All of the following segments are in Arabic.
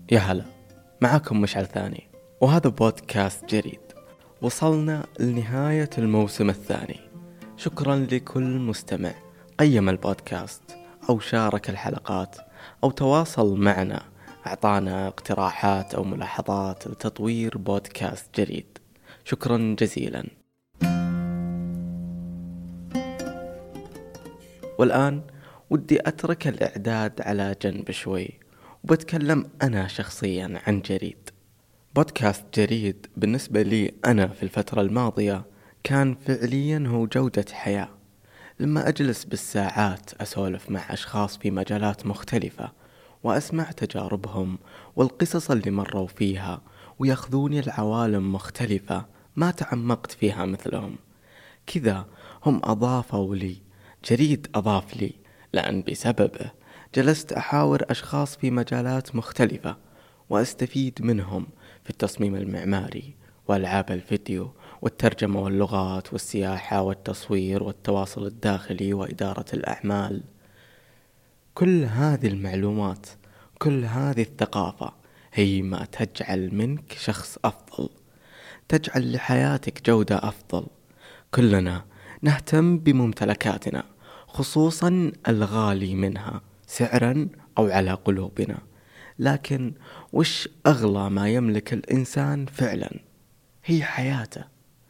يا هلا، معاكم مشعل ثاني، وهذا بودكاست جريد. وصلنا لنهاية الموسم الثاني. شكرا لكل مستمع قيم البودكاست أو شارك الحلقات أو تواصل معنا، أعطانا اقتراحات أو ملاحظات لتطوير بودكاست جريد. شكرا جزيلا. والآن ودي أترك الإعداد على جنب شوي، وبتكلم أنا شخصيا عن جريد. بودكاست جريد بالنسبة لي أنا في الفترة الماضية كان فعليا هو جودة حياة. لما أجلس بالساعات أسولف مع أشخاص في مجالات مختلفة وأسمع تجاربهم والقصص اللي مروا فيها، ويأخذوني لعوالم مختلفة ما تعمقت فيها مثلهم. كذا هم أضافوا لي، جريد أضاف لي، لأن بسببه جلست أحاور أشخاص في مجالات مختلفة وأستفيد منهم في التصميم المعماري وألعاب الفيديو والترجمة واللغات والسياحة والتصوير والتواصل الداخلي وإدارة الأعمال. كل هذه المعلومات، كل هذه الثقافة هي ما تجعل منك شخص أفضل، تجعل لحياتك جودة أفضل. كلنا نهتم بممتلكاتنا، خصوصا الغالي منها سعرا أو على قلوبنا، لكن وش أغلى ما يملك الإنسان فعلا؟ هي حياته،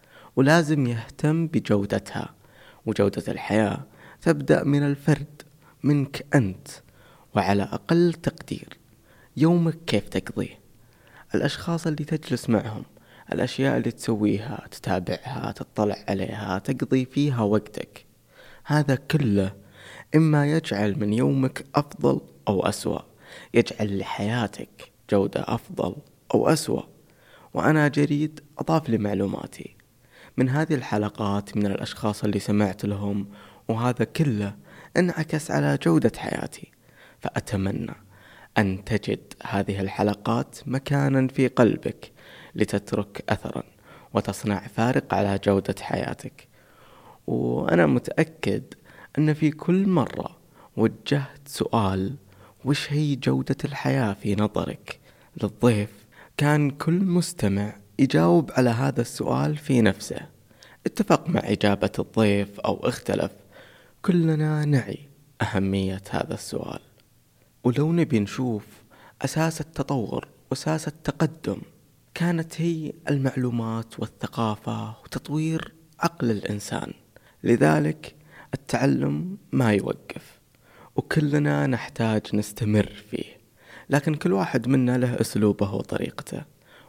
ولازم يهتم بجودتها. وجودة الحياة تبدأ من الفرد، منك أنت. وعلى أقل تقدير، يومك كيف تقضيه، الأشخاص اللي تجلس معهم، الأشياء اللي تسويها، تتابعها، تطلع عليها، تقضي فيها وقتك، هذا كله إما يجعل من يومك أفضل أو أسوأ، يجعل لحياتك جودة أفضل أو أسوأ. وأنا جريد أضاف لي معلوماتي من هذه الحلقات، من الأشخاص اللي سمعت لهم، وهذا كله انعكس على جودة حياتي. فأتمنى أن تجد هذه الحلقات مكانا في قلبك لتترك أثرا وتصنع فارق على جودة حياتك. وأنا متأكد أن في كل مرة وجهت سؤال وش هي جودة الحياة في نظرك للضيف، كان كل مستمع يجاوب على هذا السؤال في نفسه، اتفق مع إجابة الضيف أو اختلف، كلنا نعي أهمية هذا السؤال. ولو نبي نشوف أساس التطور وأساس التقدم، كانت هي المعلومات والثقافة وتطوير عقل الإنسان. لذلك التعلم ما يوقف، وكلنا نحتاج نستمر فيه، لكن كل واحد منا له أسلوبه وطريقته.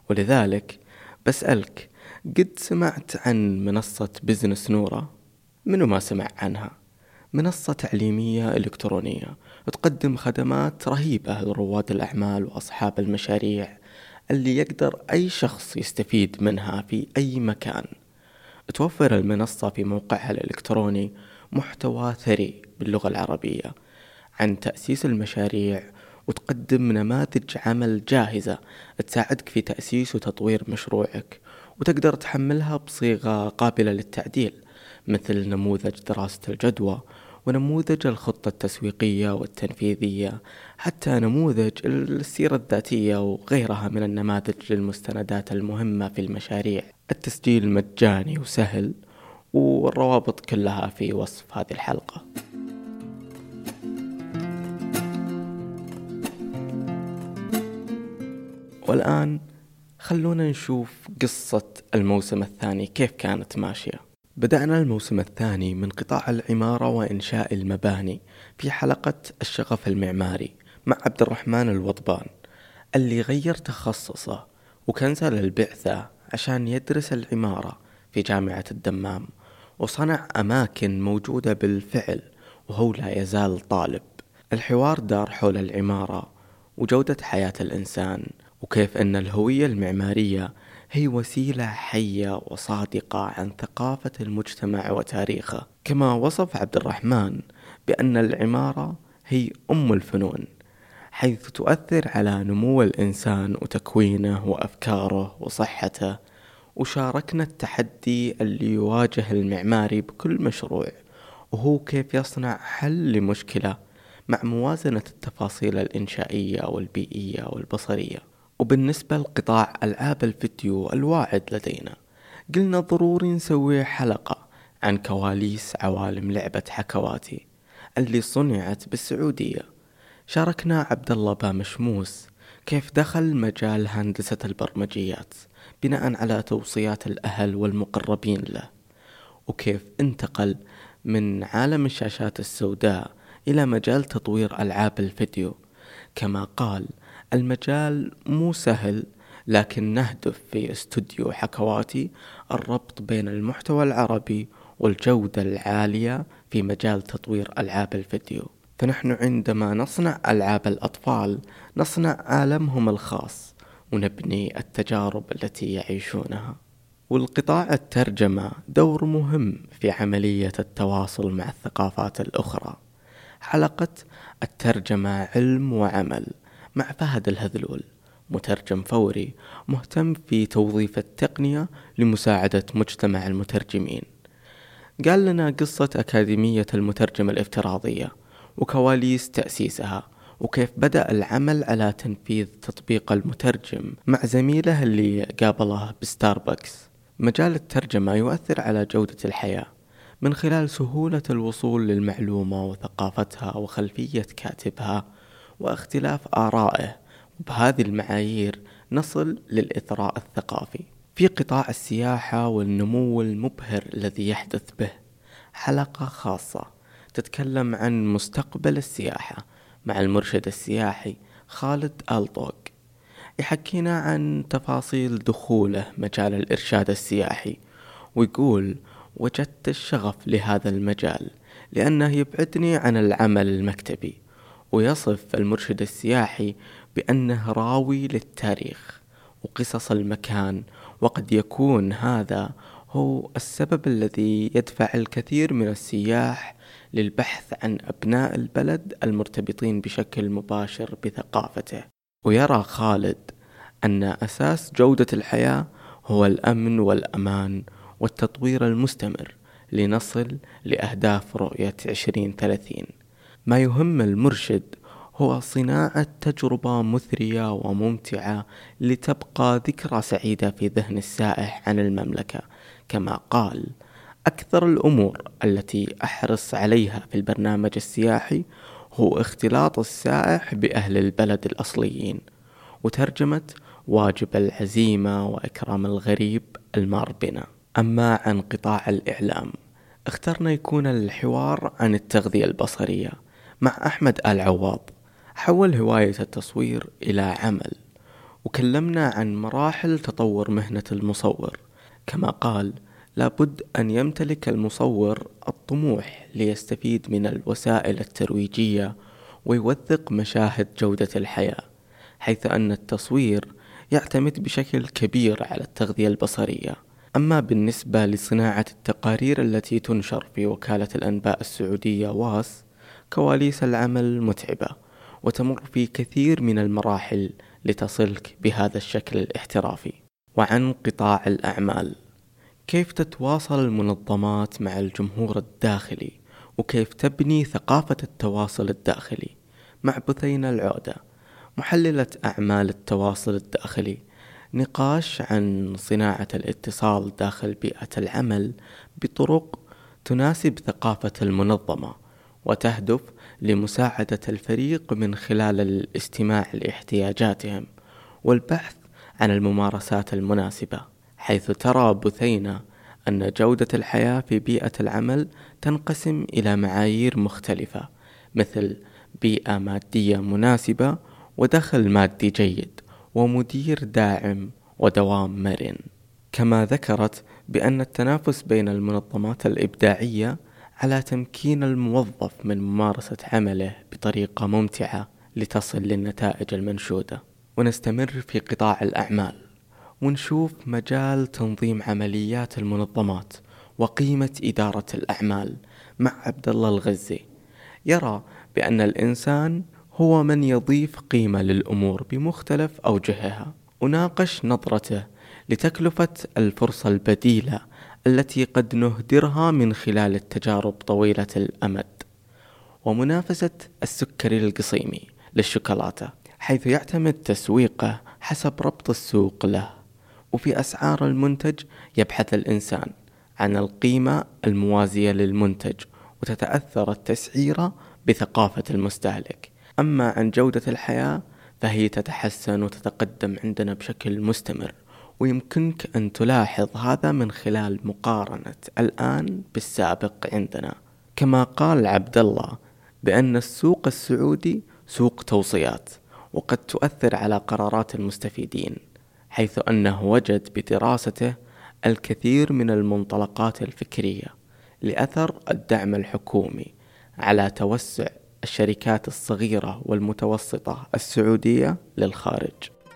ولذلك بسألك، قد سمعت عن منصة بزنس نورة؟ منو ما سمع عنها؟ منصة تعليمية إلكترونية تقدم خدمات رهيبة لرواد الأعمال وأصحاب المشاريع، اللي يقدر أي شخص يستفيد منها في أي مكان. توفر المنصة في موقعها الإلكتروني محتوى ثري باللغة العربية عن تأسيس المشاريع، وتقدم نماذج عمل جاهزة تساعدك في تأسيس وتطوير مشروعك، وتقدر تحملها بصيغة قابلة للتعديل، مثل نموذج دراسة الجدوى، ونموذج الخطة التسويقية والتنفيذية، حتى نموذج السيرة الذاتية وغيرها من النماذج للمستندات المهمة في المشاريع. التسجيل مجاني وسهل، والروابط كلها في وصف هذه الحلقة. والآن خلونا نشوف قصة الموسم الثاني كيف كانت ماشية. بدأنا الموسم الثاني من قطاع العمارة وإنشاء المباني في حلقة الشغف المعماري مع عبد الرحمن الوضبان، اللي غير تخصصه وكنسل البعثة عشان يدرس العمارة في جامعة الدمام، وصنع أماكن موجودة بالفعل وهو لا يزال طالب. الحوار دار حول العمارة وجودة حياة الإنسان، وكيف أن الهوية المعمارية هي وسيلة حية وصادقة عن ثقافة المجتمع وتاريخه. كما وصف عبد الرحمن بأن العمارة هي أم الفنون، حيث تؤثر على نمو الإنسان وتكوينه وأفكاره وصحته. وشاركنا التحدي اللي يواجه المعماري بكل مشروع، وهو كيف يصنع حل لمشكلة مع موازنة التفاصيل الإنشائية والبيئية والبصرية. وبالنسبة لقطاع ألعاب الفيديو الواعد لدينا، قلنا ضروري نسوي حلقة عن كواليس عوالم لعبة حكواتي اللي صنعت بالسعودية. شاركنا عبد الله بامشموس كيف دخل مجال هندسة البرمجيات بناء على توصيات الأهل والمقربين له، وكيف انتقل من عالم الشاشات السوداء إلى مجال تطوير ألعاب الفيديو. كما قال: المجال مو سهل، لكن نهدف في استوديو حكواتي الربط بين المحتوى العربي والجودة العالية في مجال تطوير ألعاب الفيديو. فنحن عندما نصنع ألعاب الأطفال نصنع عالمهم الخاص ونبني التجارب التي يعيشونها. والقطاع الترجمة دور مهم في عملية التواصل مع الثقافات الأخرى. حلقة الترجمة علم وعمل مع فهد الهذلول، مترجم فوري مهتم في توظيف التقنية لمساعدة مجتمع المترجمين. قال لنا قصة أكاديمية المترجم الافتراضية وكواليس تأسيسها، وكيف بدأ العمل على تنفيذ تطبيق المترجم مع زميله اللي قابله بستاربكس. مجال الترجمة يؤثر على جودة الحياة من خلال سهولة الوصول للمعلومة وثقافتها وخلفية كاتبها واختلاف آرائه، وبهذه المعايير نصل للإثراء الثقافي. في قطاع السياحة والنمو المبهر الذي يحدث به حلقة خاصة تتكلم عن مستقبل السياحة مع المرشد السياحي خالد آلطوق، يحكينا عن تفاصيل دخوله مجال الإرشاد السياحي، ويقول: وجدت الشغف لهذا المجال لأنه يبعدني عن العمل المكتبي. ويصف المرشد السياحي بأنه راوي للتاريخ وقصص المكان، وقد يكون هذا هو السبب الذي يدفع الكثير من السياح للبحث عن أبناء البلد المرتبطين بشكل مباشر بثقافته. ويرى خالد أن أساس جودة الحياة هو الأمن والأمان والتطوير المستمر لنصل لأهداف رؤية 2030. ما يهم المرشد هو صناعة تجربة مثرية وممتعة لتبقى ذكرى سعيدة في ذهن السائح عن المملكة. كما قال: أكثر الأمور التي أحرص عليها في البرنامج السياحي هو اختلاط السائح بأهل البلد الأصليين، وترجمة واجب العزيمة وإكرام الغريب المار بنا. أما عن قطاع الإعلام، اخترنا يكون الحوار عن التغذية البصرية مع أحمد آل عواض. حول هواية التصوير إلى عمل، وكلمنا عن مراحل تطور مهنة المصور. كما قال: لابد أن يمتلك المصور الطموح ليستفيد من الوسائل الترويجية ويوثق مشاهد جودة الحياة، حيث أن التصوير يعتمد بشكل كبير على التغذية البصرية. أما بالنسبة لصناعة التقارير التي تنشر في وكالة الأنباء السعودية واس، كواليس العمل متعبة وتمر في كثير من المراحل لتصلك بهذا الشكل الاحترافي. وعن قطاع الأعمال، كيف تتواصل المنظمات مع الجمهور الداخلي، وكيف تبني ثقافة التواصل الداخلي. مع بثينة العودة، محللة أعمال التواصل الداخلي، نقاش عن صناعة الاتصال داخل بيئة العمل بطرق تناسب ثقافة المنظمة وتهدف لمساعدة الفريق من خلال الاستماع لاحتياجاتهم والبحث عن الممارسات المناسبة. حيث ترى بثينة أن جودة الحياة في بيئة العمل تنقسم إلى معايير مختلفة، مثل بيئة مادية مناسبة ودخل مادي جيد ومدير داعم ودوام مرن. كما ذكرت بأن التنافس بين المنظمات الإبداعية على تمكين الموظف من ممارسة عمله بطريقة ممتعة لتصل للنتائج المنشودة. ونستمر في قطاع الأعمال ونشوف مجال تنظيم عمليات المنظمات وقيمة إدارة الأعمال مع عبد الله الغزي. يرى بأن الإنسان هو من يضيف قيمة للأمور بمختلف أوجهها، وناقش نظرته لتكلفة الفرصة البديلة التي قد نهدرها من خلال التجارب طويلة الأمد. ومنافسة السكري القصيمي للشوكولاتة، حيث يعتمد تسويقه حسب ربط السوق له. وفي أسعار المنتج يبحث الإنسان عن القيمة الموازية للمنتج، وتتأثر التسعيرة بثقافة المستهلك. أما عن جودة الحياة فهي تتحسن وتتقدم عندنا بشكل مستمر، ويمكنك أن تلاحظ هذا من خلال مقارنة الآن بالسابق عندنا. كما قال عبد الله بأن السوق السعودي سوق توصيات، وقد تؤثر على قرارات المستفيدين، حيث أنه وجد بدراسته الكثير من المنطلقات الفكرية لأثر الدعم الحكومي على توسع الشركات الصغيرة والمتوسطة السعودية للخارج.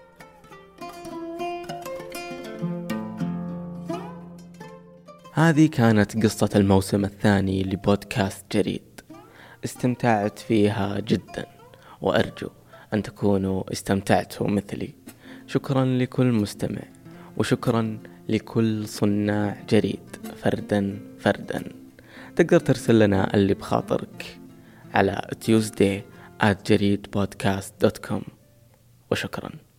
هذه كانت قصة الموسم الثاني لبودكاست جريد، استمتعت فيها جدا، وأرجو أن تكونوا استمتعتوا مثلي. شكرا لكل مستمع، وشكرا لكل صناع جريد فردا فردا. تقدر ترسل لنا اللي بخاطرك على tuesday@jareedpodcast.com. وشكرا.